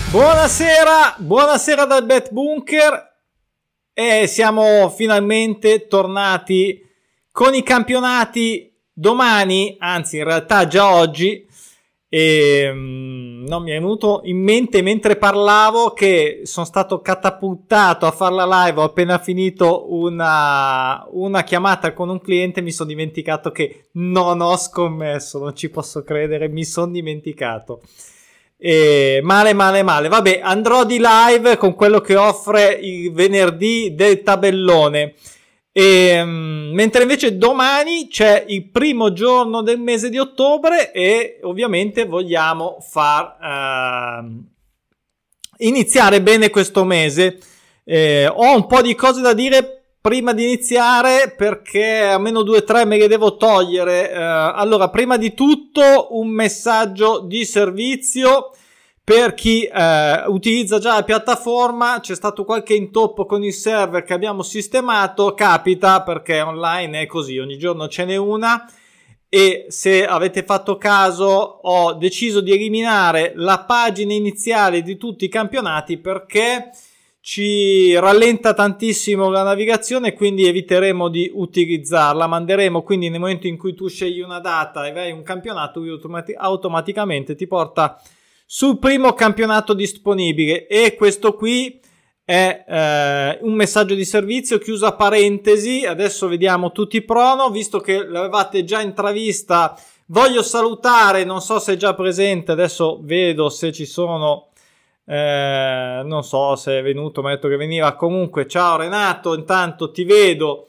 Buonasera dal Bet Bunker e siamo finalmente tornati con i campionati domani, anzi in realtà già oggi, e non mi è venuto in mente mentre parlavo che sono stato catapultato a fare la live. Ho appena finito una chiamata con un cliente, mi sono dimenticato che non ho scommesso, non ci posso credere, mi sono dimenticato. Male. Vabbè, andrò di live con quello che offre il venerdì del tabellone. Mentre invece domani c'è il primo giorno del mese di ottobre e ovviamente vogliamo far iniziare bene questo mese. Ho un po' di cose da dire prima di iniziare, perché almeno 2 o 3 me le devo togliere. Allora, prima di tutto un messaggio di servizio per chi utilizza già la piattaforma. C'è stato qualche intoppo con il server che abbiamo sistemato, capita perché online è così, ogni giorno ce n'è una, e se avete fatto caso ho deciso di eliminare la pagina iniziale di tutti i campionati perché ci rallenta tantissimo la navigazione, quindi eviteremo di utilizzarla. Manderemo quindi nel momento in cui tu scegli una data e vai un campionato, lui automaticamente ti porta sul primo campionato disponibile. E questo qui è un messaggio di servizio, chiusa parentesi. Adesso vediamo tutti i prono, visto che l'avevate già intravista. Voglio salutare, non so se è già presente, adesso vedo se ci sono, non so se è venuto, mi ha detto che veniva. Comunque ciao Renato, intanto ti vedo.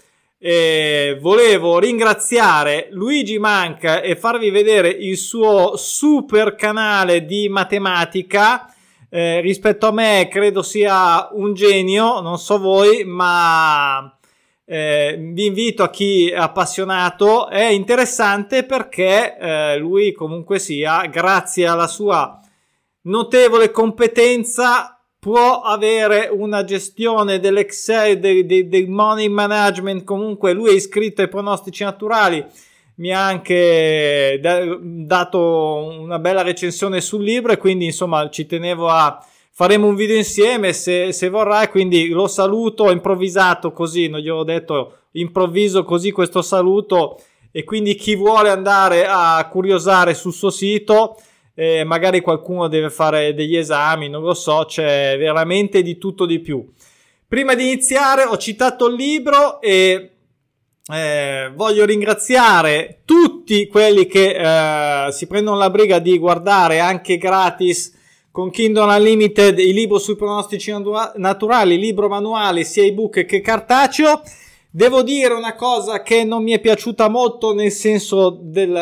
Volevo ringraziare Luigi Manca e farvi vedere il suo super canale di matematica. Rispetto a me credo sia un genio, non so voi, ma vi invito, a chi è appassionato, è interessante perché lui comunque sia, grazie alla sua notevole competenza, può avere una gestione dell'Excel, del money management. Comunque lui è iscritto ai pronostici naturali, mi ha anche dato una bella recensione sul libro, e quindi insomma ci tenevo faremo un video insieme se vorrai, quindi lo saluto. Ho improvvisato così, non gli ho detto, improvviso così questo saluto, e quindi chi vuole andare a curiosare sul suo sito, magari qualcuno deve fare degli esami, non lo so, c'è veramente di tutto di più. Prima di iniziare ho citato il libro e voglio ringraziare tutti quelli che si prendono la briga di guardare anche gratis con Kindle Unlimited i libri sui pronostici naturali, libro manuale sia ebook che cartaceo. Devo dire una cosa che non mi è piaciuta molto, nel senso del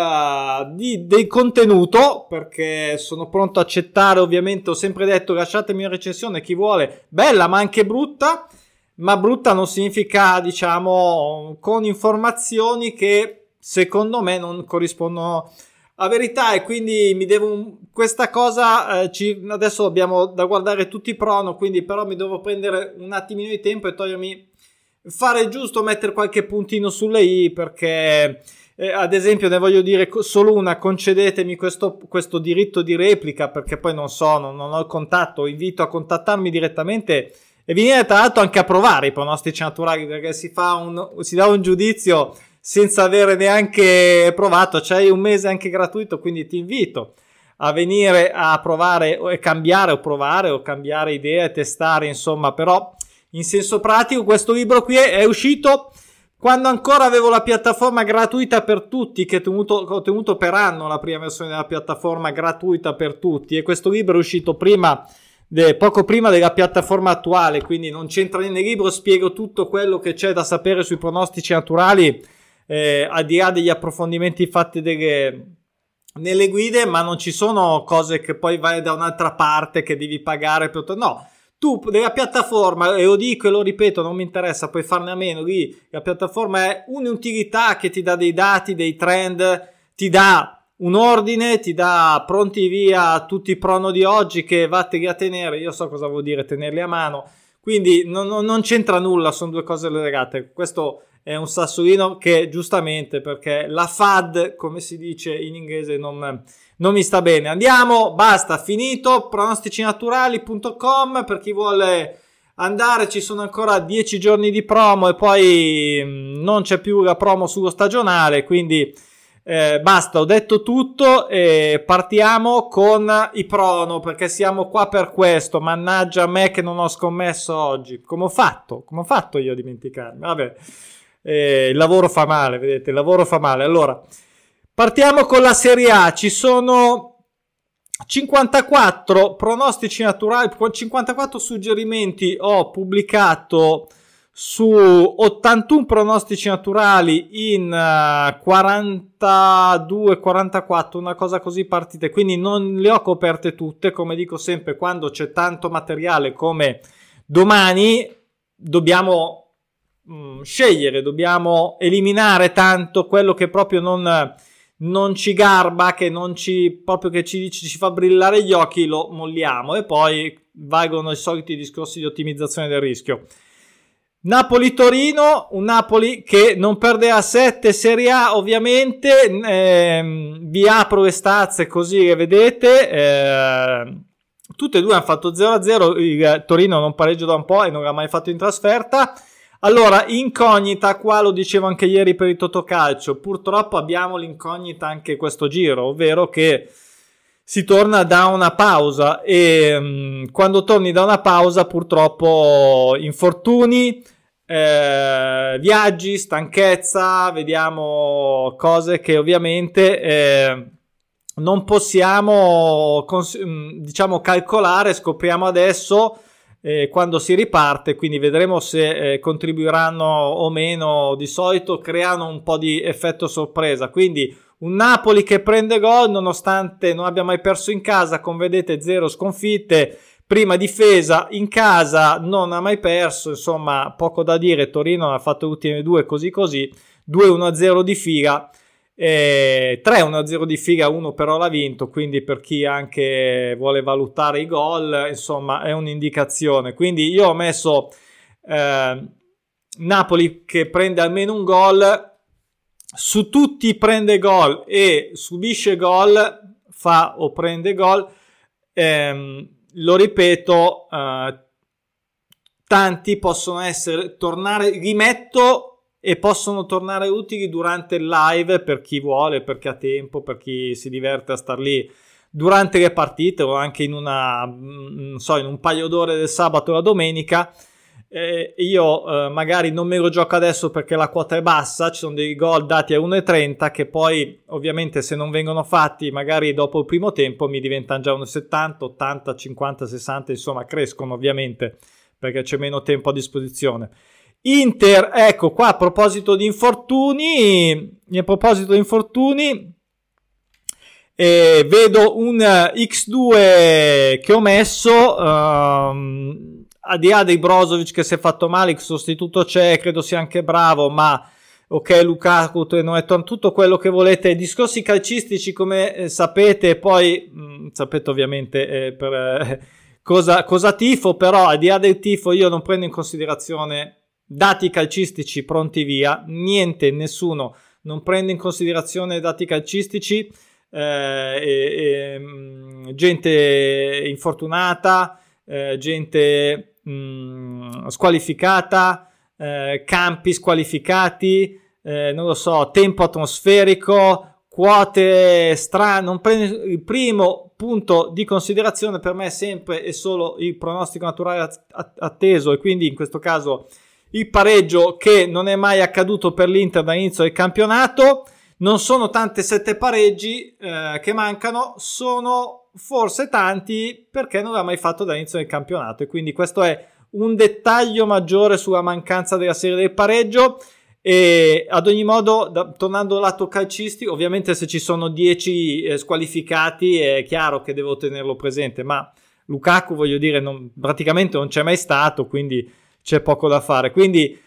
contenuto, perché sono pronto a accettare, ovviamente ho sempre detto lasciatemi una recensione, chi vuole, bella ma anche brutta, ma brutta non significa, diciamo, con informazioni che secondo me non corrispondono a verità, e quindi mi devo questa cosa, adesso abbiamo da guardare tutti i prono, quindi però mi devo prendere un attimino di tempo e fare giusto, mettere qualche puntino sulle i, perché ad esempio ne voglio dire solo una: concedetemi questo diritto di replica, perché poi non ho il contatto, invito a contattarmi direttamente e venire tra l'altro anche a provare i pronostici naturali, perché si dà un giudizio senza avere neanche provato. C'hai un mese anche gratuito, quindi ti invito a venire a provare e cambiare, o provare o cambiare idea e testare, insomma, però in senso pratico. Questo libro qui è uscito quando ancora avevo la piattaforma gratuita per tutti, che ho tenuto per anno, la prima versione della piattaforma gratuita per tutti, e questo libro è uscito poco prima della piattaforma attuale, quindi non c'entra nel libro, spiego tutto quello che c'è da sapere sui pronostici naturali, al di là degli approfondimenti fatti nelle guide, ma non ci sono cose che poi vai da un'altra parte che devi pagare per no. Tu della piattaforma, e lo dico e lo ripeto, non mi interessa, puoi farne a meno, lì la piattaforma è un'utilità che ti dà dei dati, dei trend, ti dà un ordine, ti dà pronti via tutti i prono di oggi che vattene a tenere. Io so cosa vuol dire tenerli a mano, quindi non c'entra nulla, sono due cose legate. Questo è un Sassolino che giustamente, perché la FAD, come si dice in inglese, non mi sta bene. Andiamo, basta, finito. pronosticinaturali.com per chi vuole andare, ci sono ancora 10 giorni di promo e poi non c'è più la promo sullo stagionale, quindi basta, ho detto tutto e partiamo con i prono, perché siamo qua per questo. Mannaggia me che non ho scommesso oggi. Come ho fatto io a dimenticarmi? Vabbè, il lavoro fa male, vedete, il lavoro fa male. Allora, partiamo con la Serie A. Ci sono 54 pronostici naturali, 54 suggerimenti ho pubblicato su 81 pronostici naturali in 42-44, una cosa così, partite, quindi non le ho coperte tutte. Come dico sempre, quando c'è tanto materiale come domani dobbiamo scegliere, dobbiamo eliminare tanto quello che proprio non ci garba, che non ci proprio che ci fa brillare gli occhi, lo molliamo, e poi valgono i soliti discorsi di ottimizzazione del rischio. Napoli-Torino, un Napoli che non perde a 7, Serie A ovviamente. Vi apro le stazze così che vedete, tutte e due hanno fatto 0-0, il Torino non pareggia da un po' e non l'ha mai fatto in trasferta. Allora, incognita, qua lo dicevo anche ieri per il Totocalcio, purtroppo abbiamo l'incognita anche questo giro, ovvero che si torna da una pausa e quando torni da una pausa purtroppo infortuni, viaggi, stanchezza, vediamo cose che ovviamente non possiamo diciamo calcolare, scopriamo adesso quando si riparte, quindi vedremo se contribuiranno o meno. Di solito creano un po' di effetto sorpresa, quindi un Napoli che prende gol nonostante non abbia mai perso in casa, come vedete 0 sconfitte, prima difesa in casa, non ha mai perso, insomma poco da dire. Torino ha fatto le ultime due così, 2-1-0 di figa, 3-1-0 di figa, uno però l'ha vinto, quindi per chi anche vuole valutare i gol, insomma è un'indicazione. Quindi io ho messo Napoli che prende almeno un gol, su tutti prende gol e subisce gol, fa o prende gol, lo ripeto, tanti possono rimetto e possono tornare utili durante il live per chi vuole, perché ha tempo, per chi si diverte a star lì durante le partite o anche in un paio d'ore del sabato o la domenica. Io magari non me lo gioco adesso perché la quota è bassa, ci sono dei gol dati a 1,30 che poi ovviamente se non vengono fatti magari dopo il primo tempo mi diventano già 1,70, 80, 50, 60, insomma crescono ovviamente perché c'è meno tempo a disposizione. Inter, ecco qua, a proposito di infortuni, vedo un X2 che ho messo, al di là dei Brozovic che si è fatto male, il sostituto c'è, credo sia anche bravo, ma ok, Lukaku, tutto quello che volete, discorsi calcistici come sapete, poi sapete ovviamente cosa tifo, però al di là del tifo io non prendo in considerazione dati calcistici pronti via, niente, nessuno, non prende in considerazione dati calcistici, gente infortunata, gente squalificata, campi squalificati, non lo so, tempo atmosferico, quote strane. Non prende, il primo punto di considerazione per me è sempre e solo il pronostico naturale atteso, e quindi in questo caso il pareggio, che non è mai accaduto per l'Inter dall'inizio del campionato. Non sono tante 7 pareggi che mancano, sono forse tanti perché non l'ha mai fatto dall'inizio del campionato, e quindi questo è un dettaglio maggiore sulla mancanza della serie del pareggio. E ad ogni modo, tornando al lato calcistico, ovviamente se ci sono 10 squalificati è chiaro che devo tenerlo presente, ma Lukaku, voglio dire, praticamente non c'è mai stato, quindi c'è poco da fare. Quindi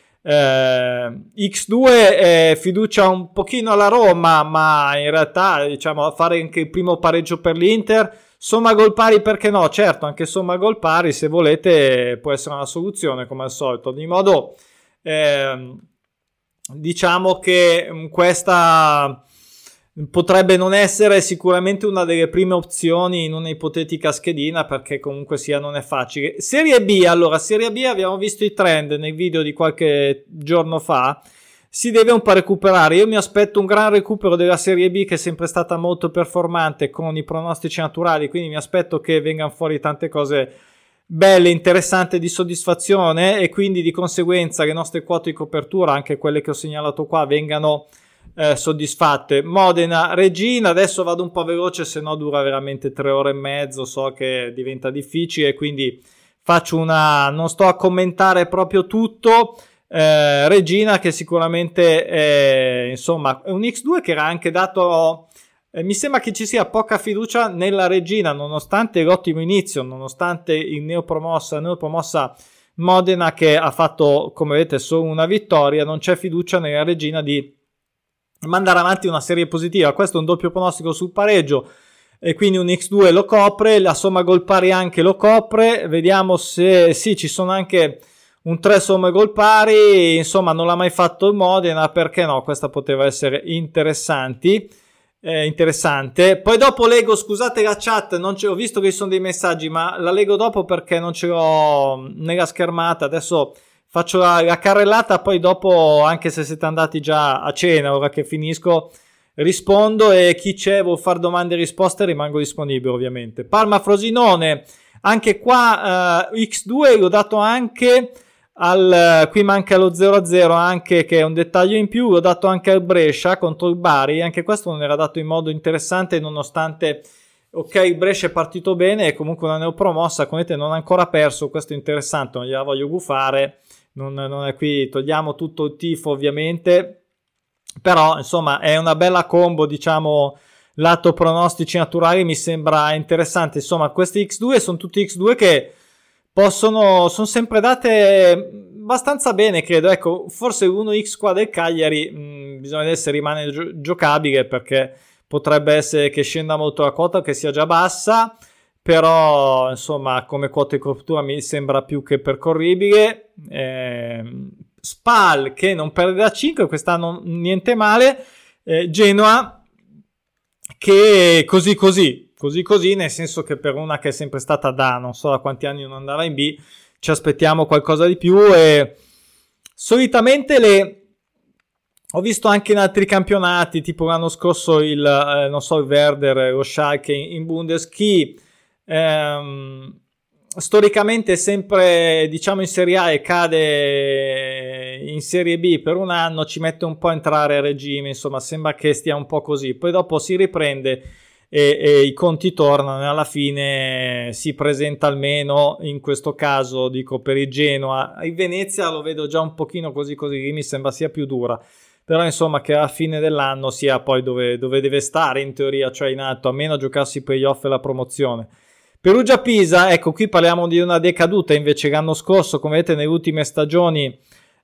X2 fiducia un pochino alla Roma, ma in realtà diciamo fare anche il primo pareggio per l'Inter, somma gol pari perché no, certo anche somma gol pari se volete può essere una soluzione come al solito. Ad ogni modo diciamo che questa potrebbe non essere sicuramente una delle prime opzioni in una ipotetica schedina, perché comunque sia non è facile. Serie B, allora, Serie B abbiamo visto i trend nei video di qualche giorno fa, si deve un po' recuperare. Io mi aspetto un gran recupero della Serie B, che è sempre stata molto performante con i pronostici naturali, quindi mi aspetto che vengano fuori tante cose belle, interessanti, di soddisfazione, e quindi di conseguenza le nostre quote di copertura, anche quelle che ho segnalato qua, vengano soddisfatte. Modena, Regina, adesso vado un po' veloce, se no dura veramente 3 ore e mezzo, so che diventa difficile, quindi faccio non sto a commentare proprio tutto. Regina, che sicuramente insomma è un X2 che era anche dato, mi sembra che ci sia poca fiducia nella Regina, nonostante l'ottimo inizio, nonostante il neopromossa Modena, che ha fatto, come vedete, solo una vittoria. Non c'è fiducia nella Regina di mandare avanti una serie positiva. Questo è un doppio pronostico sul pareggio, e quindi un X2 lo copre, la somma gol pari anche lo copre. Vediamo se sì, ci sono anche un 3 somme gol pari, insomma non l'ha mai fatto il Modena, perché no? Questa poteva essere interessante. Poi dopo leggo, scusate la chat, ho visto che ci sono dei messaggi, ma la leggo dopo perché non ce l'ho nella schermata. Adesso faccio la carrellata, poi dopo, anche se siete andati già a cena, ora che finisco, rispondo, e chi c'è vuol fare domande e risposte rimango disponibile ovviamente. Parma Frosinone, anche qua X2 l'ho dato anche qui manca lo 0-0, anche, che è un dettaglio in più. L'ho dato anche al Brescia contro il Bari, anche questo non era dato in modo interessante, nonostante il Brescia è partito bene, e comunque una neopromossa, come vedete non ha ancora perso. Questo è interessante, non gliela voglio gufare, non è qui, togliamo tutto il tifo ovviamente, però insomma è una bella combo, diciamo, lato pronostici naturali mi sembra interessante. Insomma, questi X2 sono tutti X2 che sono sempre date abbastanza bene, credo. Ecco, forse 1x qua del Cagliari bisogna vedere se rimane giocabile, perché potrebbe essere che scenda molto la quota, che sia già bassa, però insomma come quota di copertura mi sembra più che percorribile. Spal, che non perde da 5 quest'anno, niente male. Genoa, che così, nel senso che per una che è sempre stata da non so da quanti anni non andava in B, ci aspettiamo qualcosa di più. E solitamente ho visto anche in altri campionati, tipo l'anno scorso il Werder, lo Schalke in Bundesliga, storicamente sempre, diciamo, in Serie A e cade in Serie B per un anno, ci mette un po' a entrare a regime, insomma sembra che stia un po' così, poi dopo si riprende e i conti tornano, e alla fine si presenta, almeno in questo caso dico per il Genoa. Il Venezia lo vedo già un pochino così, mi sembra sia più dura, però insomma che alla fine dell'anno sia poi dove deve stare in teoria, cioè in alto, a meno giocarsi i playoff e la promozione. Perugia-Pisa, ecco, qui parliamo di una decaduta, invece l'anno scorso, come vedete nelle ultime stagioni,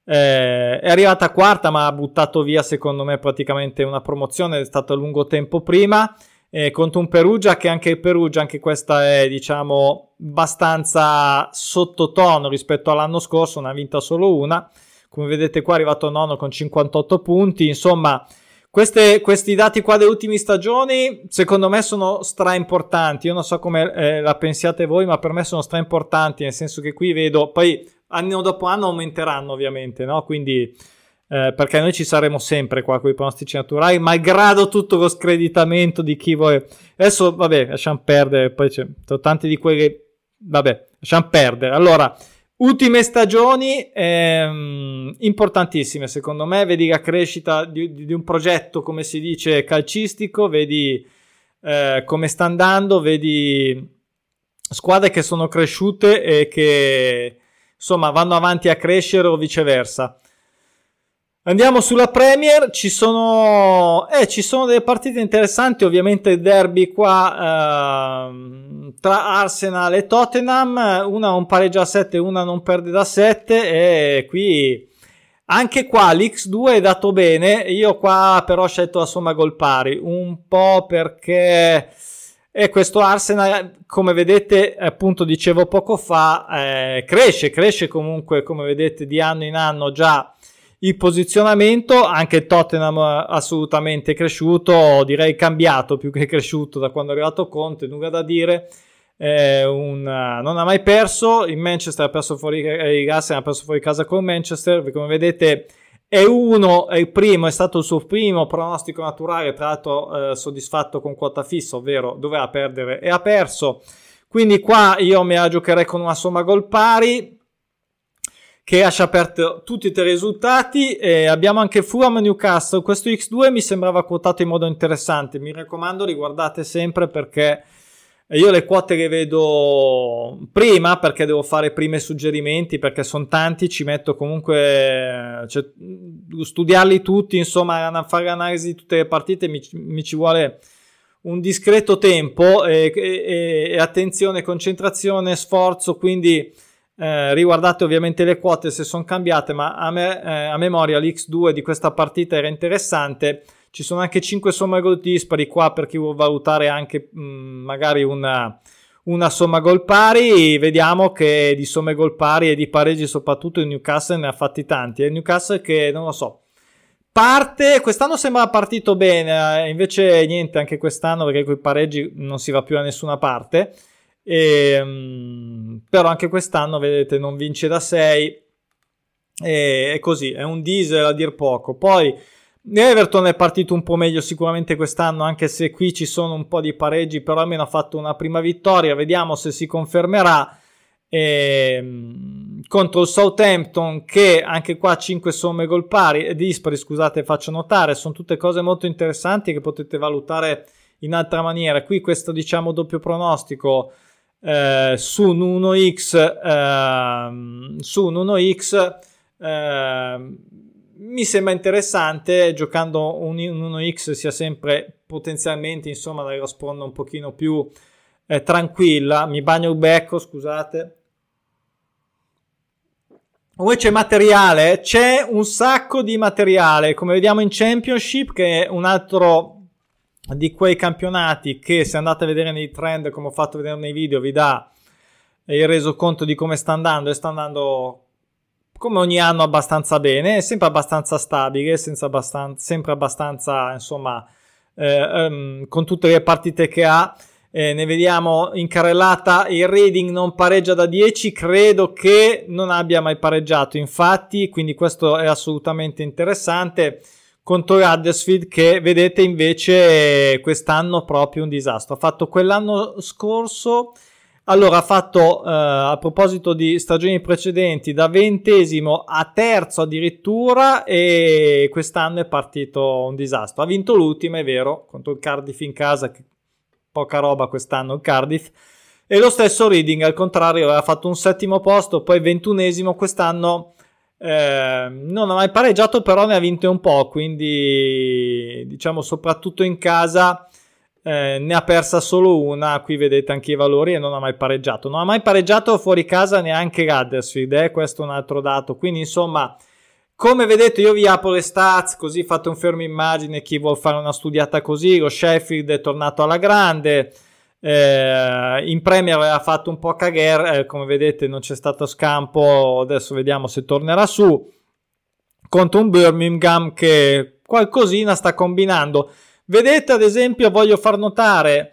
è arrivata quarta, ma ha buttato via secondo me praticamente una promozione, è stato a lungo tempo prima, contro un Perugia che anche questa è, diciamo, abbastanza sottotono rispetto all'anno scorso, ne ha vinta solo una, come vedete qua è arrivato nono con 58 punti, insomma. Questi dati qua delle ultime stagioni secondo me sono stra importanti. Io non so come la pensiate voi, ma per me sono stra importanti, nel senso che qui vedo, poi anno dopo anno aumenteranno ovviamente, no? Quindi perché noi ci saremo sempre qua con i pronostici naturali, malgrado tutto lo screditamento di chi vuole. Adesso vabbè, lasciamo perdere, poi c'è tanti di quelli, vabbè, lasciamo perdere. Allora, ultime stagioni importantissime secondo me, vedi la crescita di un progetto, come si dice, calcistico, vedi come sta andando, vedi squadre che sono cresciute e che insomma vanno avanti a crescere o viceversa. Andiamo sulla Premier, ci sono delle partite interessanti, ovviamente il derby qua tra Arsenal e Tottenham, una non pareggia a 7, una non perde da 7, e qui anche qua l'X2 è dato bene. Io qua però ho scelto la somma gol pari, un po' perché questo Arsenal, come vedete, appunto dicevo poco fa, cresce comunque, come vedete, di anno in anno già il posizionamento. Anche il Tottenham assolutamente cresciuto, direi cambiato più che cresciuto da quando è arrivato Conte, nulla da dire. Non ha mai perso. Il Manchester ha perso fuori, il Arsenal ha perso fuori casa con Manchester, come vedete è il primo, è stato il suo primo pronostico naturale, tra l'altro soddisfatto con quota fissa, ovvero doveva perdere e ha perso. Quindi qua io me la giocherei con una somma gol pari che lascia aperto tutti i tre risultati. Abbiamo anche Fulham Newcastle. Questo X2 mi sembrava quotato in modo interessante, mi raccomando riguardate sempre, perché io le quote le vedo prima, perché devo fare prima i suggerimenti, perché sono tanti, ci metto comunque, cioè, studiarli tutti, insomma, fare l'analisi di tutte le partite mi ci vuole un discreto tempo e attenzione, concentrazione, sforzo, quindi riguardate ovviamente le quote se sono cambiate, ma a memoria l'X2 di questa partita era interessante. Ci sono anche 5 somme gol dispari qua per chi vuole valutare anche magari una somma gol pari. Vediamo che di somme gol pari e di pareggi soprattutto il Newcastle ne ha fatti tanti. È il Newcastle che non lo so, parte, quest'anno sembra partito bene, invece niente anche quest'anno, perché con i pareggi non si va più da nessuna parte. Però anche quest'anno vedete non vince da 6 e così, è un diesel a dir poco. Poi Everton è partito un po' meglio sicuramente quest'anno, anche se qui ci sono un po' di pareggi, però almeno ha fatto una prima vittoria, vediamo se si confermerà. Contro il Southampton, che anche qua 5 somme gol pari dispari, scusate, faccio notare, sono tutte cose molto interessanti che potete valutare in altra maniera. Qui questo diciamo doppio pronostico su un 1x mi sembra interessante. Giocando un 1x sia sempre potenzialmente, insomma, la risposta un pochino più tranquilla. Mi bagno il becco, scusate. Poi c'è materiale, c'è un sacco di materiale, come vediamo in Championship, che è un altro di quei campionati che, se andate a vedere nei trend, come ho fatto vedere nei video, vi dà il resoconto di come sta andando, e sta andando come ogni anno abbastanza bene, è sempre abbastanza stabile, sempre abbastanza, insomma, con tutte le partite che ha. Ne vediamo in carrellata il Reading non pareggia da 10, credo che non abbia mai pareggiato infatti, quindi questo è assolutamente interessante. Contro Huddersfield, che vedete invece quest'anno proprio un disastro, ha fatto quell'anno scorso, allora ha fatto a proposito di stagioni precedenti da 20° a 3° addirittura, e quest'anno è partito un disastro. Ha vinto l'ultima, è vero, contro il Cardiff in casa, che poca roba quest'anno il Cardiff, e lo stesso Reading al contrario aveva fatto un 7° posto, poi 21° quest'anno. Non ha mai pareggiato, però ne ha vinte un po', quindi diciamo soprattutto in casa ne ha persa solo una. Qui vedete anche i valori, e non ha mai pareggiato fuori casa neanche Huddersfield, questo è un altro dato. Quindi insomma, come vedete, io vi apro le stats così fate un fermo immagine chi vuol fare una studiata così. Lo Sheffield è tornato alla grande, in Premier aveva fatto un po' cagare, come vedete non c'è stato scampo, adesso vediamo se tornerà su, contro un Birmingham che qualcosina sta combinando. Vedete, ad esempio, voglio far notare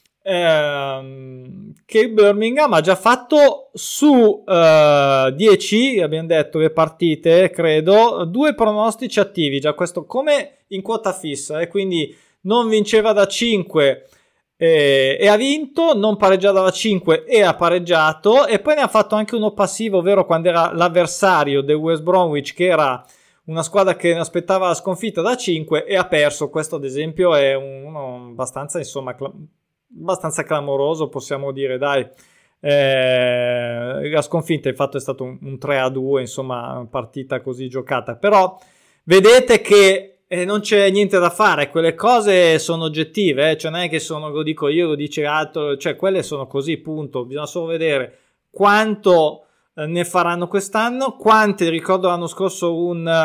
che il Birmingham ha già fatto su 10, abbiamo detto, le partite, credo, 2 pronostici attivi, già questo come in quota fissa, quindi non vinceva da 5 e ha vinto, non pareggiava da 5 e ha pareggiato, e poi ne ha fatto anche uno passivo, ovvero quando era l'avversario del West Bromwich, che era una squadra che aspettava la sconfitta da 5 e ha perso. Questo ad esempio è uno abbastanza, insomma, abbastanza clamoroso, possiamo dire, dai. La sconfitta infatti è stato un 3-2, insomma, una partita così giocata, però vedete che non c'è niente da fare, quelle cose sono oggettive, cioè non è che sono, lo dico io, lo dice altro, cioè quelle sono così, punto. Bisogna solo vedere quanto ne faranno quest'anno, quante, ricordo l'anno scorso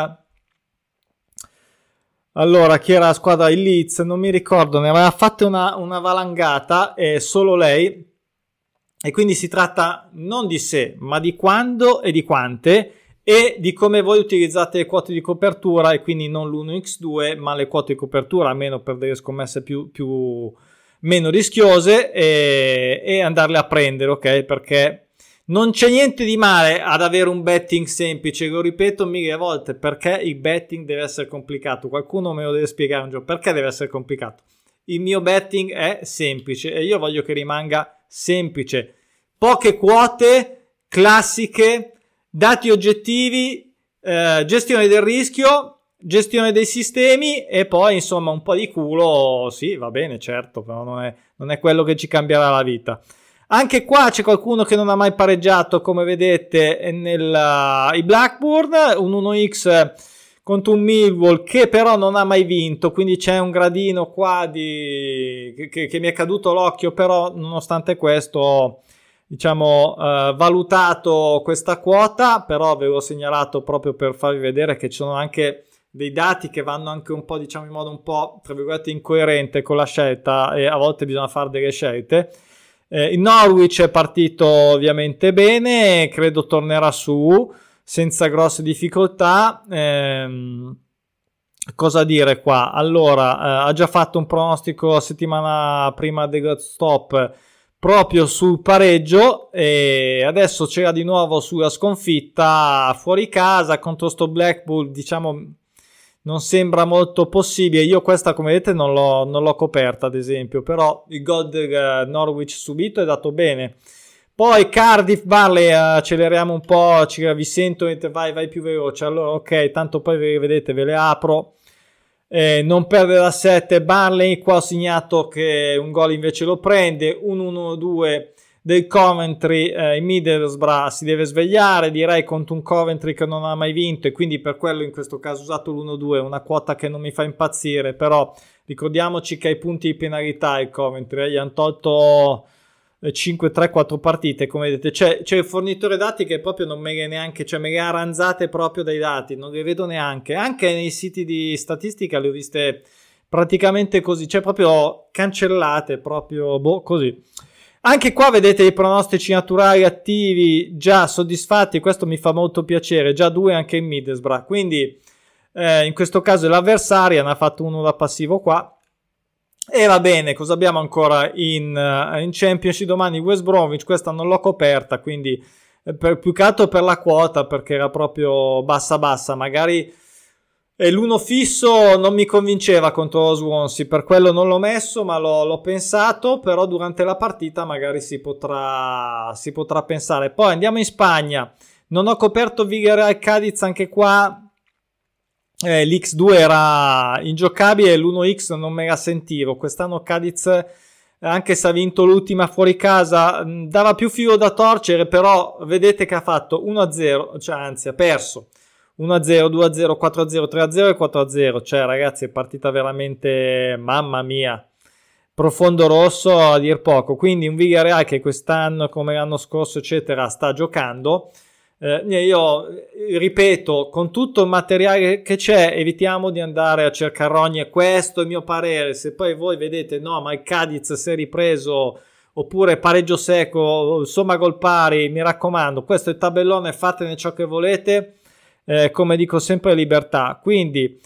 allora, chi era la squadra? Il Leeds, non mi ricordo, ne aveva fatta una valangata, solo lei, e quindi si tratta non di se, ma di quando e di quante, e di come voi utilizzate le quote di copertura, e quindi non l'1x2 ma le quote di copertura, almeno per delle scommesse meno rischiose, e andarle a prendere, ok? Perché non c'è niente di male ad avere un betting semplice, lo ripeto mille volte, perché il betting deve essere complicato. Qualcuno me lo deve spiegare un giorno perché deve essere complicato. Il mio betting è semplice e io voglio che rimanga semplice. Poche quote, classiche, dati oggettivi, gestione del rischio, gestione dei sistemi, e poi insomma un po' di culo, sì, va bene, certo, però non è quello che ci cambierà la vita. Anche qua c'è qualcuno che non ha mai pareggiato, come vedete i Blackburn, un 1x contro un Millwall che però non ha mai vinto, quindi c'è un gradino qua che mi è caduto l'occhio, però nonostante questo diciamo valutato questa quota, però ve l'ho segnalato proprio per farvi vedere che ci sono anche dei dati che vanno anche un po', diciamo, in modo un po' tra virgolette incoerente con la scelta, e a volte bisogna fare delle scelte. Il Norwich è partito ovviamente bene, credo tornerà su senza grosse difficoltà. Cosa dire qua? Allora, ha già fatto un pronostico settimana prima del stop proprio sul pareggio, e adesso c'era di nuovo sulla sconfitta fuori casa contro sto Blackpool. Diciamo non sembra molto possibile. Io questa, come vedete, non l'ho coperta ad esempio, però il gol del Norwich subito è dato bene. Poi Cardiff Burnley, acceleriamo un po', vi sento, vai più veloce. Allora ok, tanto poi vedete, ve le apro. Non perdere da 7 Burnley, qua ho segnato che un gol invece lo prende. 1-1-2 del Coventry, in Middlesbrough si deve svegliare, direi, contro un Coventry che non ha mai vinto, e quindi per quello in questo caso ho usato l'1-2, una quota che non mi fa impazzire, però ricordiamoci che ai punti di penalità il Coventry gli hanno tolto 5-3-4 partite, come vedete. C'è il fornitore dati che proprio non me le neanche, cioè me le ha ranzate proprio dai dati, non le vedo neanche, anche nei siti di statistica le ho viste praticamente così, cioè proprio cancellate, proprio così. Anche qua vedete i pronostici naturali attivi già soddisfatti, questo mi fa molto piacere, già 2 anche in Middlesbrough, quindi in questo caso l'avversaria ne ha fatto uno da passivo qua. E va bene, cosa abbiamo ancora in Championship domani? West Bromwich, questa non l'ho coperta, quindi più che altro per la quota, perché era proprio bassa, magari l'uno fisso non mi convinceva contro lo Swansea, per quello non l'ho messo, ma l'ho pensato, però durante la partita magari si potrà pensare. Poi andiamo in Spagna, non ho coperto Villarreal Cadiz, anche qua l'X2 era ingiocabile, l'1X non me la sentivo. Quest'anno Cadiz, anche se ha vinto l'ultima fuori casa, dava più filo da torcere, però vedete che ha fatto 1-0, cioè anzi ha perso 1-0, 2-0, 4-0, 3-0 e 4-0, cioè ragazzi è partita veramente, mamma mia, profondo rosso a dir poco. Quindi un Villarreal che quest'anno come l'anno scorso eccetera sta giocando. Io ripeto, con tutto il materiale che c'è evitiamo di andare a cercare rogne, questo è il mio parere. Se poi voi vedete no ma il Cadiz si è ripreso, oppure pareggio secco, insomma gol pari, mi raccomando, questo è il tabellone, fatene ciò che volete, come dico sempre, libertà. Quindi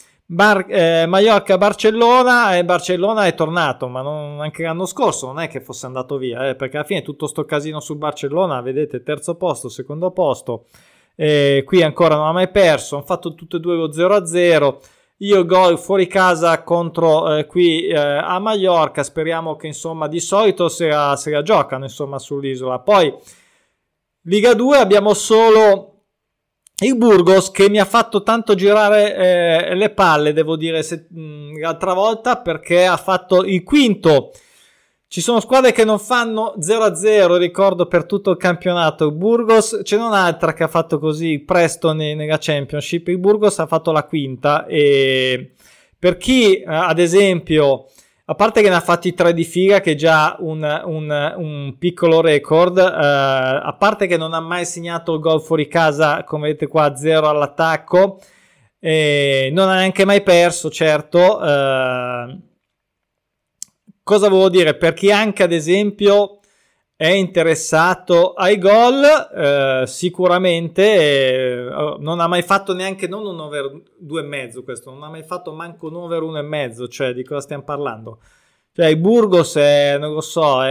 Mallorca-Barcellona, e Barcellona è tornato, ma anche l'anno scorso non è che fosse andato via, perché alla fine tutto sto casino sul Barcellona, vedete, terzo posto, secondo posto, qui ancora non ha mai perso, hanno fatto tutte e due lo 0-0. Io gol fuori casa contro qui a Mallorca, speriamo che insomma di solito se la giocano insomma sull'isola. Poi Liga 2 abbiamo solo il Burgos, che mi ha fatto tanto girare le palle, devo dire, l'altra volta, perché ha fatto il quinto. Ci sono squadre che non fanno 0-0, ricordo, per tutto il campionato. Il Burgos, c'è un'altra che ha fatto così presto nella Championship. Il Burgos ha fatto la quinta, e per chi, ad esempio, a parte che ne ha fatti 3 di fila, che è già un piccolo record, a parte che non ha mai segnato il gol fuori casa, come vedete qua, 0 all'attacco, non ha neanche mai perso, certo. Cosa volevo dire? Per chi anche, ad esempio, è interessato ai gol, sicuramente non ha mai fatto neanche non un over 2,5 questo, non ha mai fatto manco un over 1,5, cioè di cosa stiamo parlando? Cioè il Burgos non lo so,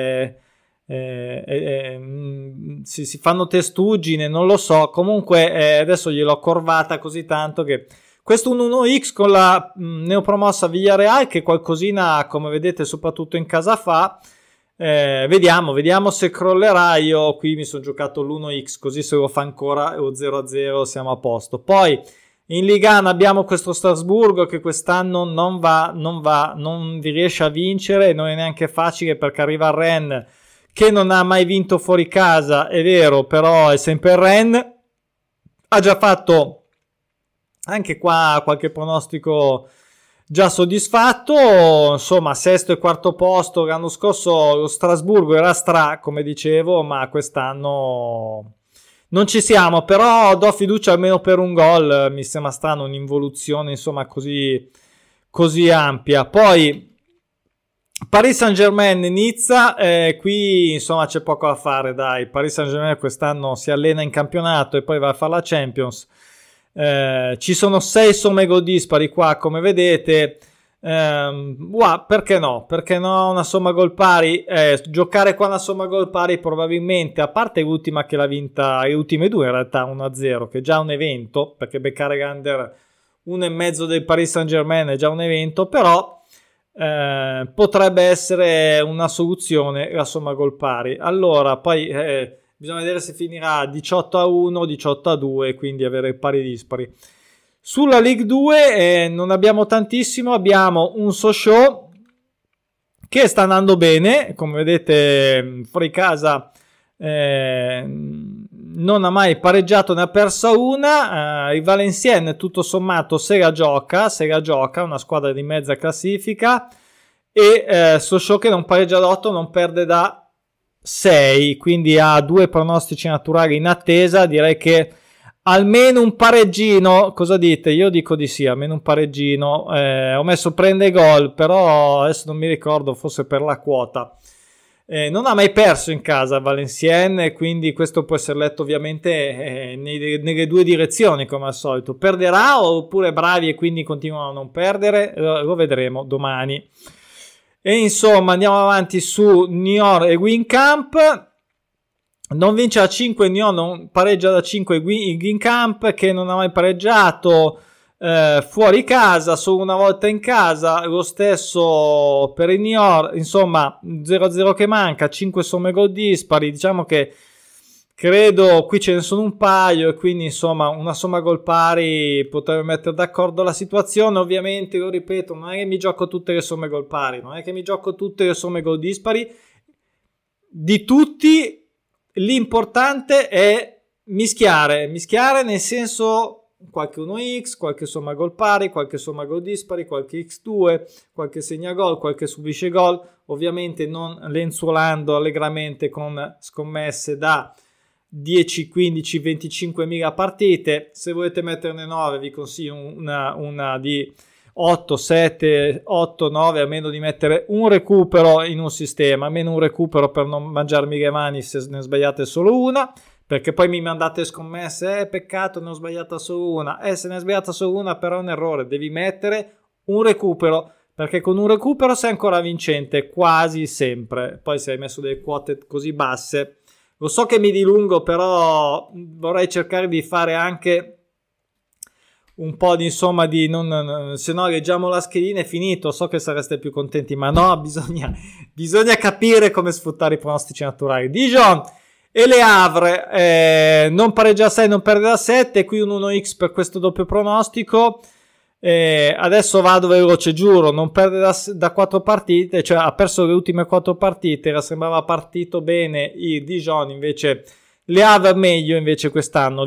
si fanno testuggine, non lo so, comunque adesso gliel'ho corvata così tanto che questo 1-1x con la neopromossa Villarreal che qualcosina, come vedete, soprattutto in casa fa. Vediamo se crollerà. Io qui mi sono giocato l'1x, così se lo fa ancora o 0-0 siamo a posto. Poi in Liga 1 abbiamo questo Strasburgo che quest'anno non riesce a vincere, non è neanche facile perché arriva il Rennes che non ha mai vinto fuori casa, è vero, però è sempre il Rennes, ha già fatto anche qua qualche pronostico già soddisfatto, insomma sesto e quarto posto. L'anno scorso lo Strasburgo era come dicevo, ma quest'anno non ci siamo, però do fiducia almeno per un gol, mi sembra strano un'involuzione insomma così ampia. Poi Paris Saint-Germain, Nizza, qui insomma c'è poco da fare, dai. Paris Saint-Germain quest'anno si allena in campionato e poi va a fare la Champions. Ci sono 6 somme gol dispari qua, come vedete. Perché no? Perché no una somma gol pari? Giocare qua una somma gol pari probabilmente, a parte l'ultima che l'ha vinta, le ultime due in realtà 1-0, che è già un evento, perché beccare l'under 1,5 del Paris Saint-Germain è già un evento, però potrebbe essere una soluzione la somma gol pari. Allora poi bisogna vedere se finirà 18-1, 18-2, quindi avere pari dispari. Sulla Ligue 2 non abbiamo tantissimo, abbiamo un Sochaux che sta andando bene, come vedete fuori casa non ha mai pareggiato, ne ha persa una. Il Valenciennes tutto sommato se la gioca, una squadra di mezza classifica, e Sochaux che non pareggia da 8, non perde da 6, quindi ha 2 pronostici naturali in attesa. Direi che almeno un pareggino, cosa dite? Io dico di sì, almeno un pareggino. Ho messo prende gol, però adesso non mi ricordo, forse per la quota. Non ha mai perso in casa Valenciennes, quindi questo può essere letto ovviamente nelle due direzioni come al solito. Perderà oppure bravi e quindi continuano a non perdere? Lo vedremo domani. E insomma andiamo avanti su Niort e Guingamp. Non vince a 5 Niort, non pareggia da 5 il Guingamp che non ha mai pareggiato fuori casa, solo una volta in casa. Lo stesso per il Niort, insomma 0-0 che manca, 5 somme gol dispari. Diciamo che credo qui ce ne sono un paio e quindi insomma una somma gol pari potrebbe mettere d'accordo la situazione. Ovviamente, lo ripeto, non è che mi gioco tutte le somme gol pari, non è che mi gioco tutte le somme gol dispari di tutti. L'importante è mischiare nel senso qualche 1x, qualche somma gol pari, qualche somma gol dispari, qualche x2, qualche segna gol, qualche subisce gol, ovviamente non lenzuolando allegramente con scommesse da 10, 15, 25 mila partite. Se volete metterne 9 vi consiglio una di 8, 7, 8, 9, a meno di mettere un recupero in un sistema, almeno un recupero per non mangiarmi le mani se ne sbagliate solo una, perché poi mi mandate scommesse, peccato ne ho sbagliata solo una, se ne è sbagliata solo una però è un errore, devi mettere un recupero, perché con un recupero sei ancora vincente quasi sempre. Poi se hai messo delle quote così basse, lo so che mi dilungo, però vorrei cercare di fare anche un po' di insomma di se no leggiamo la schedina e finito. So che sareste più contenti, ma no, bisogna capire come sfruttare i pronostici naturali. Dijon e Le Havre, non pareggia a 6, non perde da 7, qui un 1x per questo doppio pronostico. Adesso vado veloce, giuro, non perde da 4 partite, cioè ha perso le ultime 4 partite, sembrava partito bene il Dijon, invece Le Havre meglio invece quest'anno,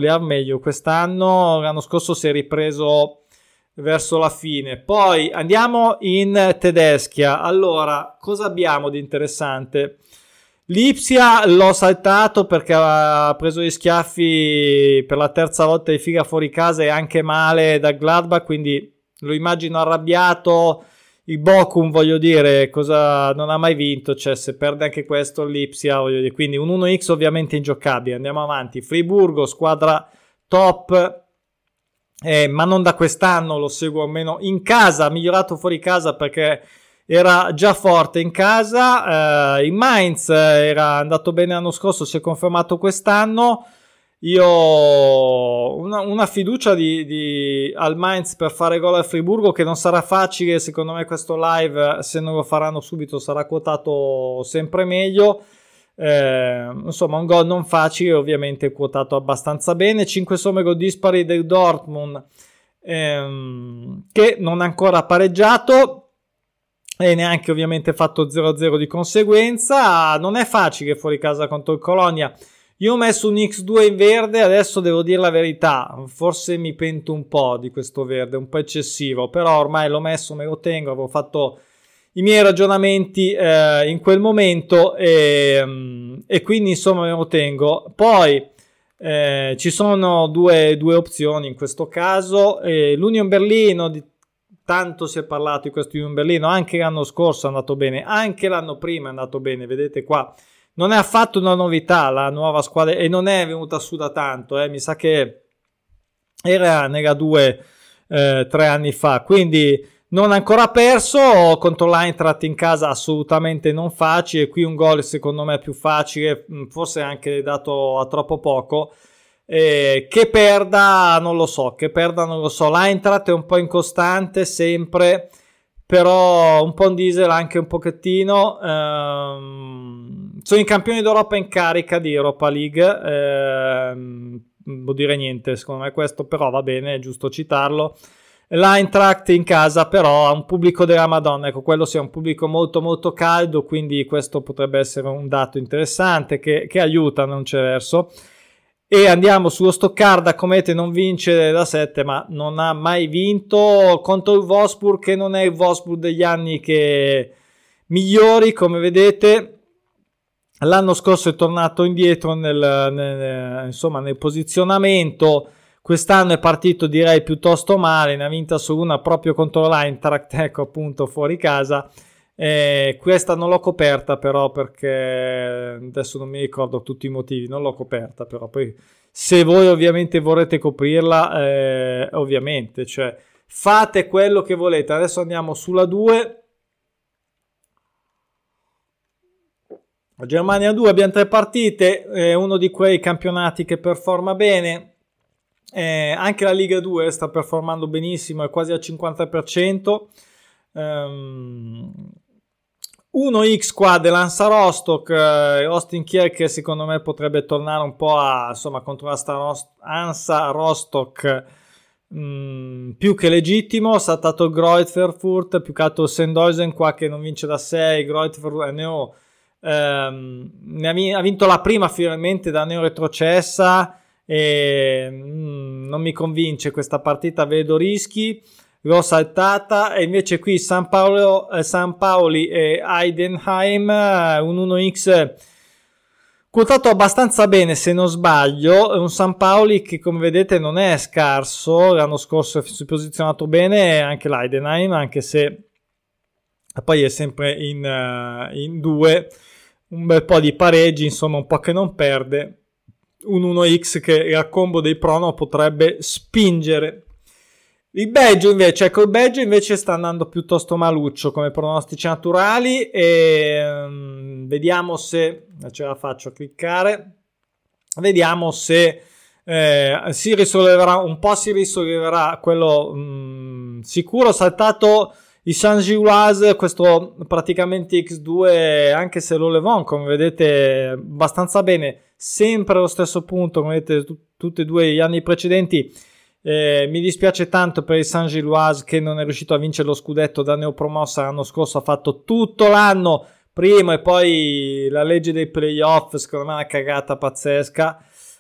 l'anno scorso si è ripreso verso la fine. Poi andiamo in Tedeschia. Allora, cosa abbiamo di interessante? Lipsia l'ho saltato perché ha preso gli schiaffi per la terza volta di fila fuori casa e anche male da Gladbach, quindi lo immagino arrabbiato il Bochum, voglio dire, cosa non ha mai vinto, cioè se perde anche questo l'Ipsia, voglio dire, quindi un 1x ovviamente ingiocabile. Andiamo avanti. Friburgo, squadra top, ma non da quest'anno, lo seguo almeno in casa, ha migliorato fuori casa perché era già forte in casa. In Mainz era andato bene l'anno scorso, si è confermato quest'anno. Io ho una fiducia al Mainz per fare gol al Friburgo, che non sarà facile. Secondo me questo live, se non lo faranno subito, sarà quotato sempre meglio. Insomma, un gol non facile, ovviamente quotato abbastanza bene. 5 somme gol dispari del Dortmund, che non ha ancora pareggiato e neanche ovviamente fatto 0-0 di conseguenza. Non è facile fuori casa contro il Colonia. Io ho messo un X2 in verde, adesso devo dire la verità, forse mi pento un po' di questo verde, un po' eccessivo, però ormai l'ho messo, me lo tengo, avevo fatto i miei ragionamenti in quel momento e quindi insomma me lo tengo. Poi ci sono due opzioni in questo caso. L'Union Berlino, tanto si è parlato di questo Union Berlino, anche l'anno scorso è andato bene, anche l'anno prima è andato bene, vedete qua. Non è affatto una novità la nuova squadra e non è venuta su da tanto, mi sa che era nella 2 3 anni fa, quindi non ha ancora perso contro l'Eintracht in casa, assolutamente non facile. Qui un gol secondo me più facile, forse anche dato a troppo poco. Che perda non lo so, l'Eintracht è un po' incostante sempre, però un po' un diesel anche un pochettino. Sono i campioni d'Europa in carica di Europa League, non vuol dire niente secondo me questo, però va bene, è giusto citarlo. L'Eintracht in casa però ha un pubblico della Madonna, ecco, quello sia un pubblico molto molto caldo, quindi questo potrebbe essere un dato interessante che aiuta, non c'è verso. E andiamo sullo Stoccarda, come vedete non vince da 7, ma non ha mai vinto contro il Wolfsburg, che non è il Wolfsburg degli anni migliori, come vedete. L'anno scorso è tornato indietro nel posizionamento. Quest'anno è partito direi piuttosto male, ne ha vinta solo una proprio contro l'Eintracht, ecco appunto fuori casa. Questa non l'ho coperta però perché adesso non mi ricordo tutti i motivi, non l'ho coperta, però poi se voi ovviamente vorrete coprirla, ovviamente, cioè fate quello che volete. Adesso andiamo sulla 2. Germania 2, abbiamo 3 partite, uno di quei campionati che performa bene. Anche la Liga 2 sta performando benissimo, è quasi al 50%. 1x qua dell'Hansa Rostock, Austin Kierke secondo me potrebbe tornare un po' contro la Hansa Rostock, più che legittimo. Saltato il Greuther più che altro il Sandhausen qua che non vince da 6. Greuther ha vinto la prima finalmente da neo retrocessa e non mi convince questa partita, vedo rischi, l'ho saltata. E invece qui San Paoli e Heidenheim, un 1x quotato abbastanza bene se non sbaglio, un San Paoli che come vedete non è scarso, l'anno scorso si è posizionato bene, anche l'Heidenheim, anche se poi è sempre in 2, un bel po' di pareggi, insomma un po' che non perde. Un 1x che la combo dei prono potrebbe spingere. Il Belgio invece sta andando piuttosto maluccio come pronostici naturali e vediamo se ce la faccio a cliccare, vediamo se si risolleverà quello sicuro. Saltato il Saint-Gilloise, questo praticamente X2, anche se lo Levon come vedete abbastanza bene, sempre allo stesso punto come vedete tutti e due gli anni precedenti. Mi dispiace tanto per il Saint-Gilloise che non è riuscito a vincere lo scudetto da neopromossa. L'anno scorso ha fatto tutto l'anno primo e poi la legge dei playoff, secondo me è una cagata pazzesca.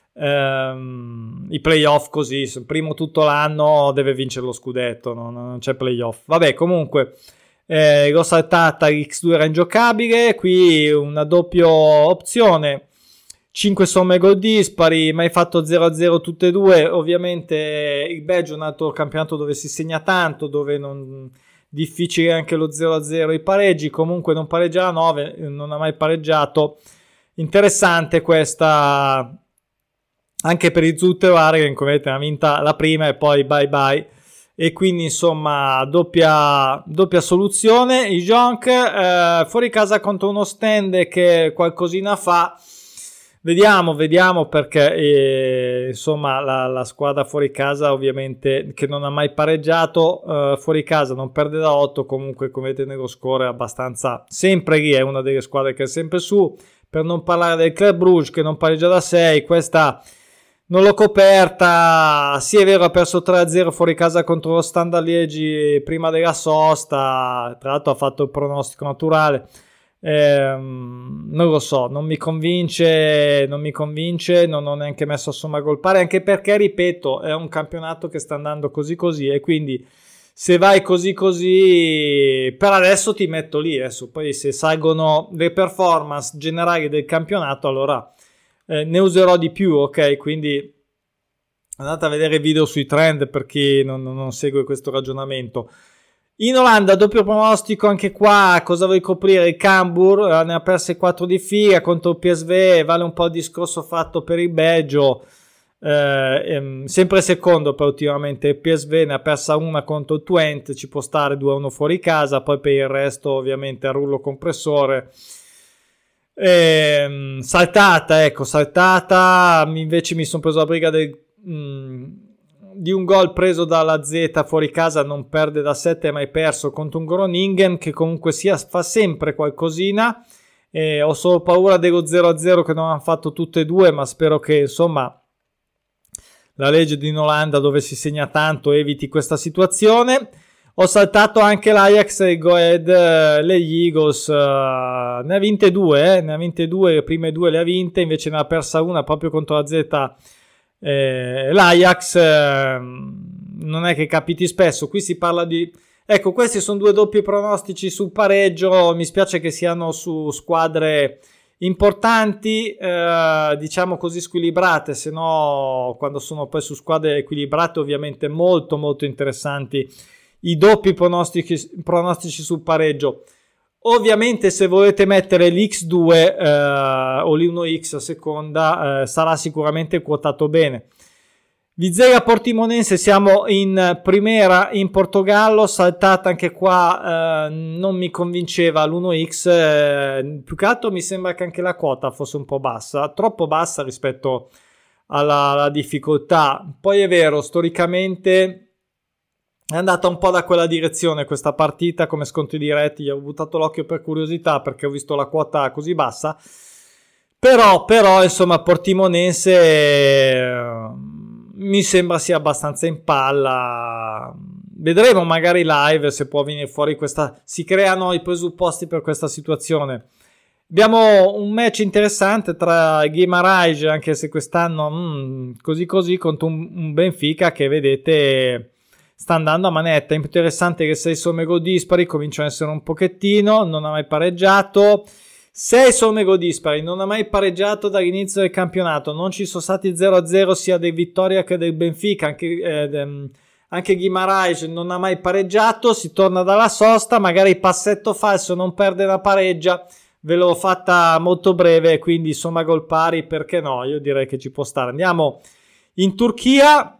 I playoff così, primo tutto l'anno deve vincere lo scudetto, non c'è playoff. Vabbè, comunque l'ho saltata, X2 era ingiocabile, qui una doppia opzione, 5 somme gol dispari, mai fatto 0-0 tutte e due. Ovviamente il Belgio è un altro campionato dove si segna tanto, dove difficile anche lo 0-0, i pareggi, comunque non pareggia a 9, non ha mai pareggiato. Interessante questa anche per i Zutteware, che come vedete ha vinta la prima e poi bye bye, e quindi insomma doppia soluzione. I Jonk fuori casa contro uno stand che qualcosina fa, vediamo perché insomma la squadra fuori casa ovviamente che non ha mai pareggiato fuori casa, non perde da 8, comunque come vedete nello score è abbastanza sempre lì, è una delle squadre che è sempre su, per non parlare del Club Brugge che non pareggia da 6, questa non l'ho coperta. Sì, è vero, ha perso 3-0 fuori casa contro lo Standard Liegi prima della sosta, tra l'altro ha fatto il pronostico naturale. Non lo so, non mi convince, non ho neanche messo a somma gol pari, anche perché, ripeto, è un campionato che sta andando così e quindi se vai così per adesso ti metto lì, adesso poi se salgono le performance generali del campionato allora ne userò di più, ok? Quindi andate a vedere video sui trend per chi non segue questo ragionamento. In Olanda doppio pronostico anche qua, cosa vuoi coprire? Il Cambuur ne ha perse 4 di fila contro il PSV, vale un po' il discorso fatto per il Belgio, sempre secondo però ultimamente il PSV ne ha persa una contro il Twente, ci può stare 2-1 fuori casa, poi per il resto ovviamente a rullo compressore. Saltata, invece mi sono preso la briga di un gol preso dalla Z fuori casa, non perde da 7, mai perso contro un Groningen che comunque sia fa sempre qualcosina. Ho solo paura dello 0-0 che non hanno fatto tutte e due, ma spero che insomma la legge in Olanda dove si segna tanto eviti questa situazione. Ho saltato anche l'Ajax e il Go Ahead, le Eagles, ne ha vinte due, le prime due le ha vinte, invece ne ha persa una proprio contro la Z. L'Ajax non è che capiti spesso, qui si parla di... Ecco, questi sono due doppi pronostici sul pareggio, mi spiace che siano su squadre importanti, diciamo così squilibrate, se no quando sono poi su squadre equilibrate ovviamente molto molto interessanti i doppi pronostici sul pareggio. Ovviamente se volete mettere l'X2 o l'1X a seconda sarà sicuramente quotato bene. Vizela Portimonense, siamo in Primera in Portogallo, saltata anche qua, non mi convinceva l'1X, più che altro mi sembra che anche la quota fosse un po' bassa, troppo bassa rispetto alla difficoltà. Poi è vero, storicamente è andata un po' da quella direzione questa partita, come scontri diretti gli ho buttato l'occhio per curiosità perché ho visto la quota così bassa, però insomma Portimonense mi sembra sia abbastanza in palla. Vedremo magari live se può venire fuori questa, si creano i presupposti per questa situazione. Abbiamo un match interessante tra Guimarães, anche se quest'anno così contro un Benfica che vedete sta andando a manetta. È interessante che 6 somme gol dispari cominciano a essere un pochettino, non ha mai pareggiato, 6 somme gol dispari, non ha mai pareggiato dall'inizio del campionato, non ci sono stati 0-0 sia del Vittoria che del Benfica, anche Guimarães non ha mai pareggiato, si torna dalla sosta, magari passetto falso, non perde la pareggia, ve l'ho fatta molto breve, quindi somma gol pari, perché no? Io direi che ci può stare. Andiamo in Turchia,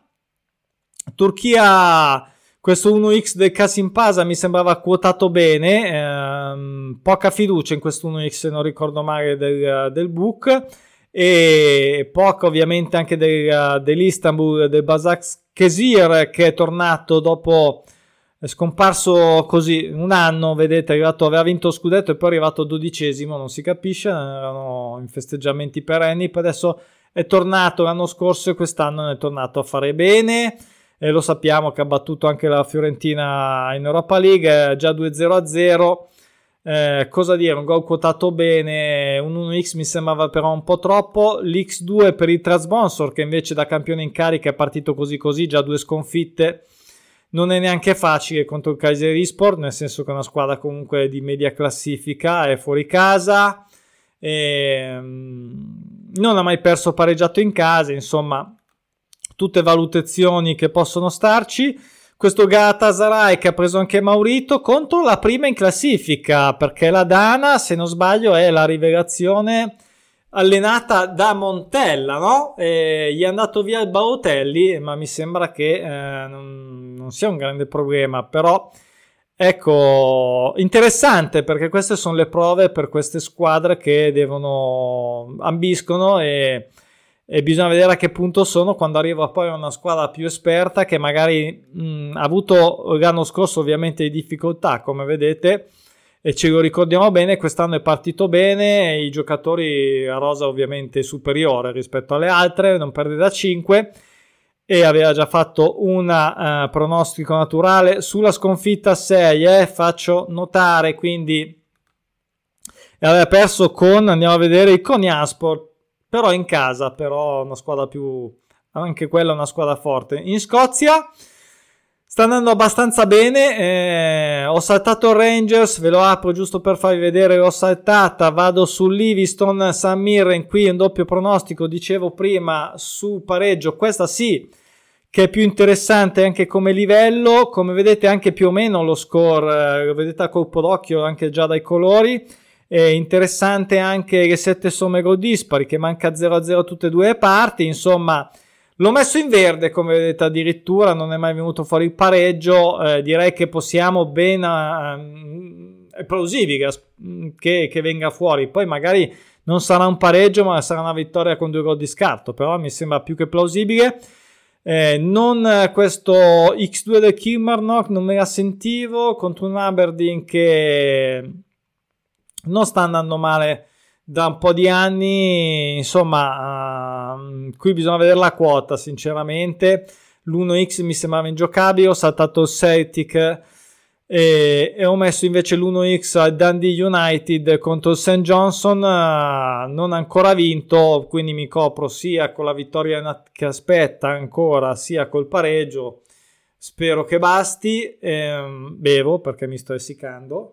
questo 1x del Kasimpasa mi sembrava quotato bene, poca fiducia in questo 1x se non ricordo male del book, e poca ovviamente anche dell'Istanbul, del Başakşehir che è tornato dopo, è scomparso così un anno, vedete, aveva vinto lo scudetto e poi è arrivato 12°, non si capisce, erano in festeggiamenti perenni, poi adesso è tornato l'anno scorso e quest'anno è tornato a fare bene. E lo sappiamo che ha battuto anche la Fiorentina in Europa League, già 2-0-0. Cosa dire, un gol quotato bene, un 1x mi sembrava però un po' troppo. L'X2 per il Trabzonspor che invece da campione in carica è partito così, già 2 sconfitte, non è neanche facile contro il Kayserispor, nel senso che è una squadra comunque di media classifica, è fuori casa, non ha mai perso, pareggiato in casa, insomma tutte valutazioni che possono starci. questo Galatasaray che ha preso anche Maurito contro la prima in classifica, perché la Dana, se non sbaglio, è la rivelazione allenata da Montella, no? Gli è andato via il Balotelli, ma mi sembra che non sia un grande problema, però ecco, interessante, perché queste sono le prove per queste squadre che ambiscono e bisogna vedere a che punto sono quando arriva poi una squadra più esperta che magari ha avuto l'anno scorso ovviamente di difficoltà, come vedete, e ce lo ricordiamo bene. Quest'anno è partito bene, i giocatori a rosa ovviamente superiore rispetto alle altre, non perde da 5, e aveva già fatto un pronostico naturale sulla sconfitta 6, faccio notare, quindi aveva perso andiamo a vedere, il Konyaspor, però in casa, però una squadra anche quella una squadra forte. In Scozia sta andando abbastanza bene, ho saltato il Rangers, ve lo apro giusto per farvi vedere, l'ho saltata, vado su Livingston St Mirren, qui un doppio pronostico, dicevo prima, su pareggio, questa sì che è più interessante anche come livello, come vedete anche più o meno lo score, lo vedete a colpo d'occhio anche già dai colori, è interessante anche le 7 somme gol dispari, che manca 0-0 tutte e due le parti, insomma. L'ho messo in verde, come vedete, addirittura non è mai venuto fuori il pareggio, direi che possiamo è plausibile che venga fuori, poi magari non sarà un pareggio ma sarà una vittoria con 2 gol di scarto, però mi sembra più che plausibile. Non questo X2 del Kilmarnock non me la sentivo, contro un Aberdeen che non sta andando male da un po' di anni, insomma, qui bisogna vedere la quota sinceramente. L'1x mi sembrava ingiocabile, ho saltato il Celtic e ho messo invece l'1x al Dundee United contro il St. Johnson, non ha ancora vinto, quindi mi copro sia con la vittoria che aspetta ancora sia col pareggio, spero che basti. Bevo perché mi sto essiccando.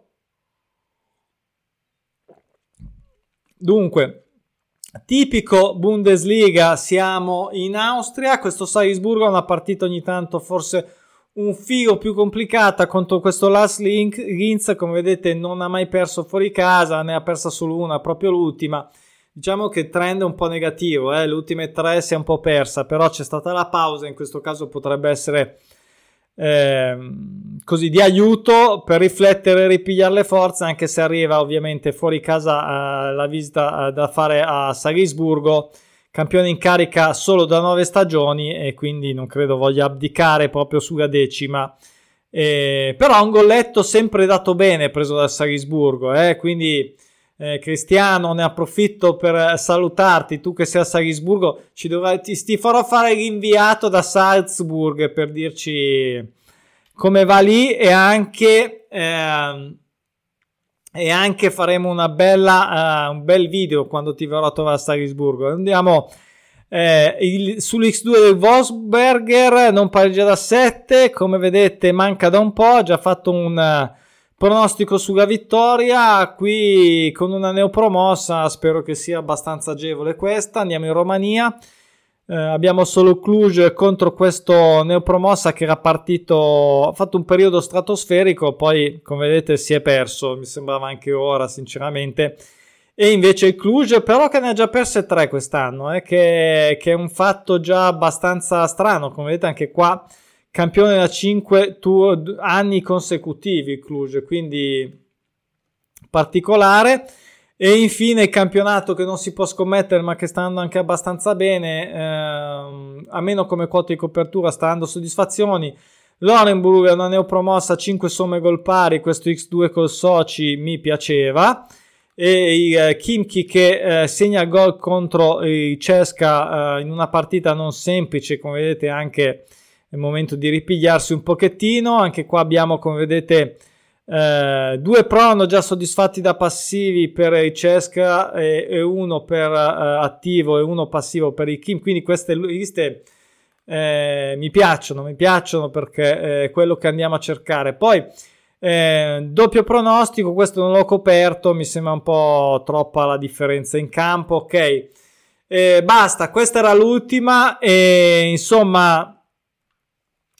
Dunque, tipico Bundesliga, siamo in Austria, questo Salisburgo è una partita ogni tanto forse un filo più complicata contro questo Lars Linz, come vedete non ha mai perso fuori casa, ne ha persa solo una, proprio l'ultima. Diciamo che il trend è un po' negativo, le ultime 3 si è un po' persa, però c'è stata la pausa, in questo caso potrebbe essere così di aiuto per riflettere e ripigliare le forze, anche se arriva ovviamente fuori casa la visita da fare a Salisburgo, campione in carica solo da 9 stagioni, e quindi non credo voglia abdicare proprio sulla 10ª, però un golletto sempre dato bene preso dal Salisburgo, quindi Cristiano, ne approfitto per salutarti, tu che sei a Salisburgo, ti farò fare l'inviato da Salzburg per dirci come va lì, e anche faremo un bel video quando ti verrò a trovare a Salisburgo. Andiamo sull'X2 del Wolfsberger, non pareggia da 7, come vedete manca da un po', ha già fatto un pronostico sulla vittoria qui con una neopromossa, spero che sia abbastanza agevole questa. Andiamo in Romania, abbiamo solo Cluj contro questo neopromossa che era partito, ha fatto un periodo stratosferico, poi come vedete si è perso, mi sembrava anche ora sinceramente, e invece il Cluj però che ne ha già perse 3 quest'anno, che è un fatto già abbastanza strano, come vedete anche qua campione da 5 anni consecutivi Cluj, quindi particolare. E infine il campionato che non si può scommettere ma che sta andando anche abbastanza bene, a meno come quota di copertura sta dando soddisfazioni. L'Orenburg è una neopromossa, 5 somme gol pari, questo X2 col Sochi mi piaceva, e il Khimki che segna gol contro il CSKA in una partita non semplice, come vedete anche è il momento di ripigliarsi un pochettino. Anche qua abbiamo, come vedete, 2 prono già soddisfatti da passivi per il CSKA e uno per attivo e uno passivo per il Kim, quindi queste liste mi piacciono perché è quello che andiamo a cercare. Poi doppio pronostico, questo non l'ho coperto, mi sembra un po' troppa la differenza in campo. Ok, basta, questa era l'ultima, e insomma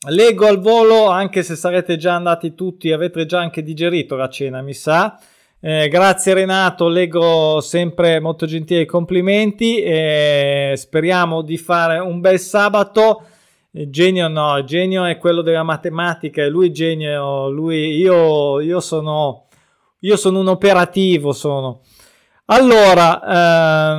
leggo al volo, anche se sarete già andati tutti, avete già anche digerito la cena, mi sa. Grazie Renato, leggo sempre molto gentili i complimenti, speriamo di fare un bel sabato. Genio no, genio è quello della matematica, e lui genio, io sono un operativo, allora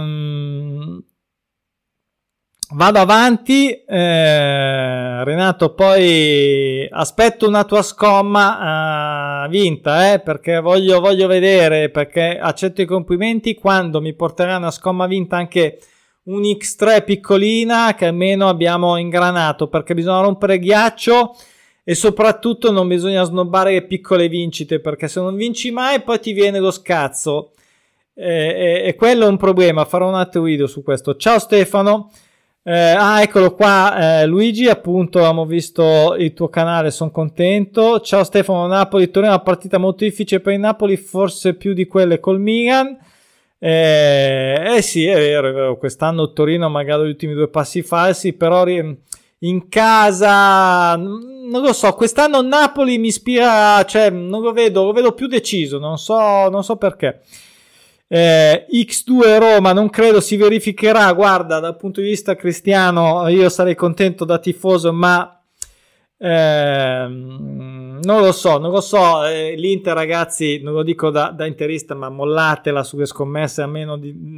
vado avanti, Renato, poi aspetto una tua scomma vinta, perché voglio vedere, perché accetto i complimenti quando mi porterà una scomma vinta, anche un X3 piccolina, che almeno abbiamo ingranato, perché bisogna rompere ghiaccio e soprattutto non bisogna snobbare le piccole vincite, perché se non vinci mai poi ti viene lo scazzo, e quello è un problema. Farò un altro video su questo. Ciao Stefano. Eccolo qua, Luigi, appunto, abbiamo visto il tuo canale, sono contento. Ciao Stefano. Napoli-Torino, una partita molto difficile per il Napoli, forse più di quelle col Milan. Sì, è vero, quest'anno Torino magari gli ultimi due passi falsi, però in casa non lo so, quest'anno Napoli mi ispira, cioè non lo vedo più deciso, non so perché. X2 Roma non credo si verificherà. Guarda, dal punto di vista cristiano io sarei contento da tifoso, ma non lo so, l'Inter, ragazzi, non lo dico da interista, ma mollatela sulle scommesse, a meno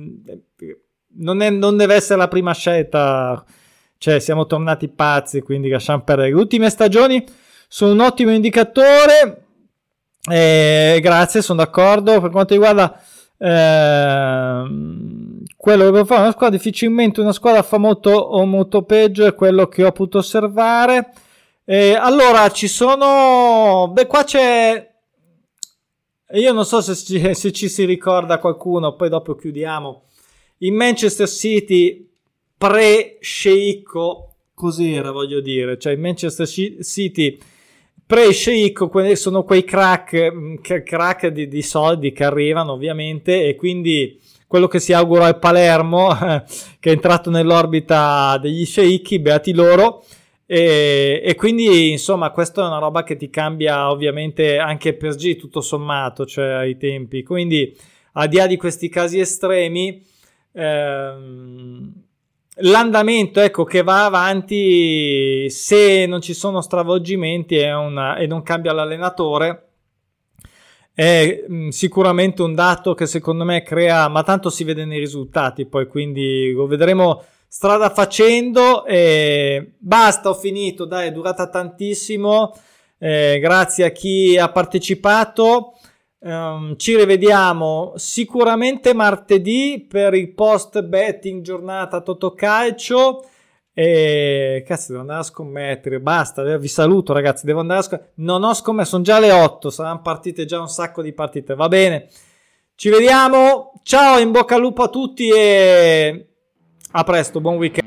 non deve essere la prima scelta, cioè siamo tornati pazzi, quindi lasciamo perdere. Le ultime stagioni sono un ottimo indicatore, grazie, sono d'accordo. Per quanto riguarda quello che devo fare una squadra, difficilmente una squadra fa molto o molto peggio, è quello che ho potuto osservare. Allora ci sono, qua c'è, io non so se ci si ricorda qualcuno, poi dopo chiudiamo. In Manchester City pre-sceicco, cos'era, voglio dire, cioè in Manchester City pre-sceicco sono quei crack di soldi che arrivano, ovviamente, e quindi quello che si augura al Palermo che è entrato nell'orbita degli sceicchi, beati loro, e quindi insomma questa è una roba che ti cambia ovviamente anche per G tutto sommato, cioè ai tempi. Quindi al di là di questi casi estremi, l'andamento, ecco, che va avanti, se non ci sono stravolgimenti e non cambia l'allenatore, è sicuramente un dato che secondo me crea, ma tanto si vede nei risultati poi, quindi lo vedremo strada facendo. Basta, ho finito, dai, è durata tantissimo, grazie a chi ha partecipato. Ci rivediamo sicuramente martedì per il post betting giornata Totocalcio, cazzo, devo andare a scommettere, basta, vi saluto ragazzi, devo andare a scommettere, non ho scommesso, sono già le 8, saranno partite già un sacco di partite, va bene, ci vediamo, ciao, in bocca al lupo a tutti e a presto, buon weekend.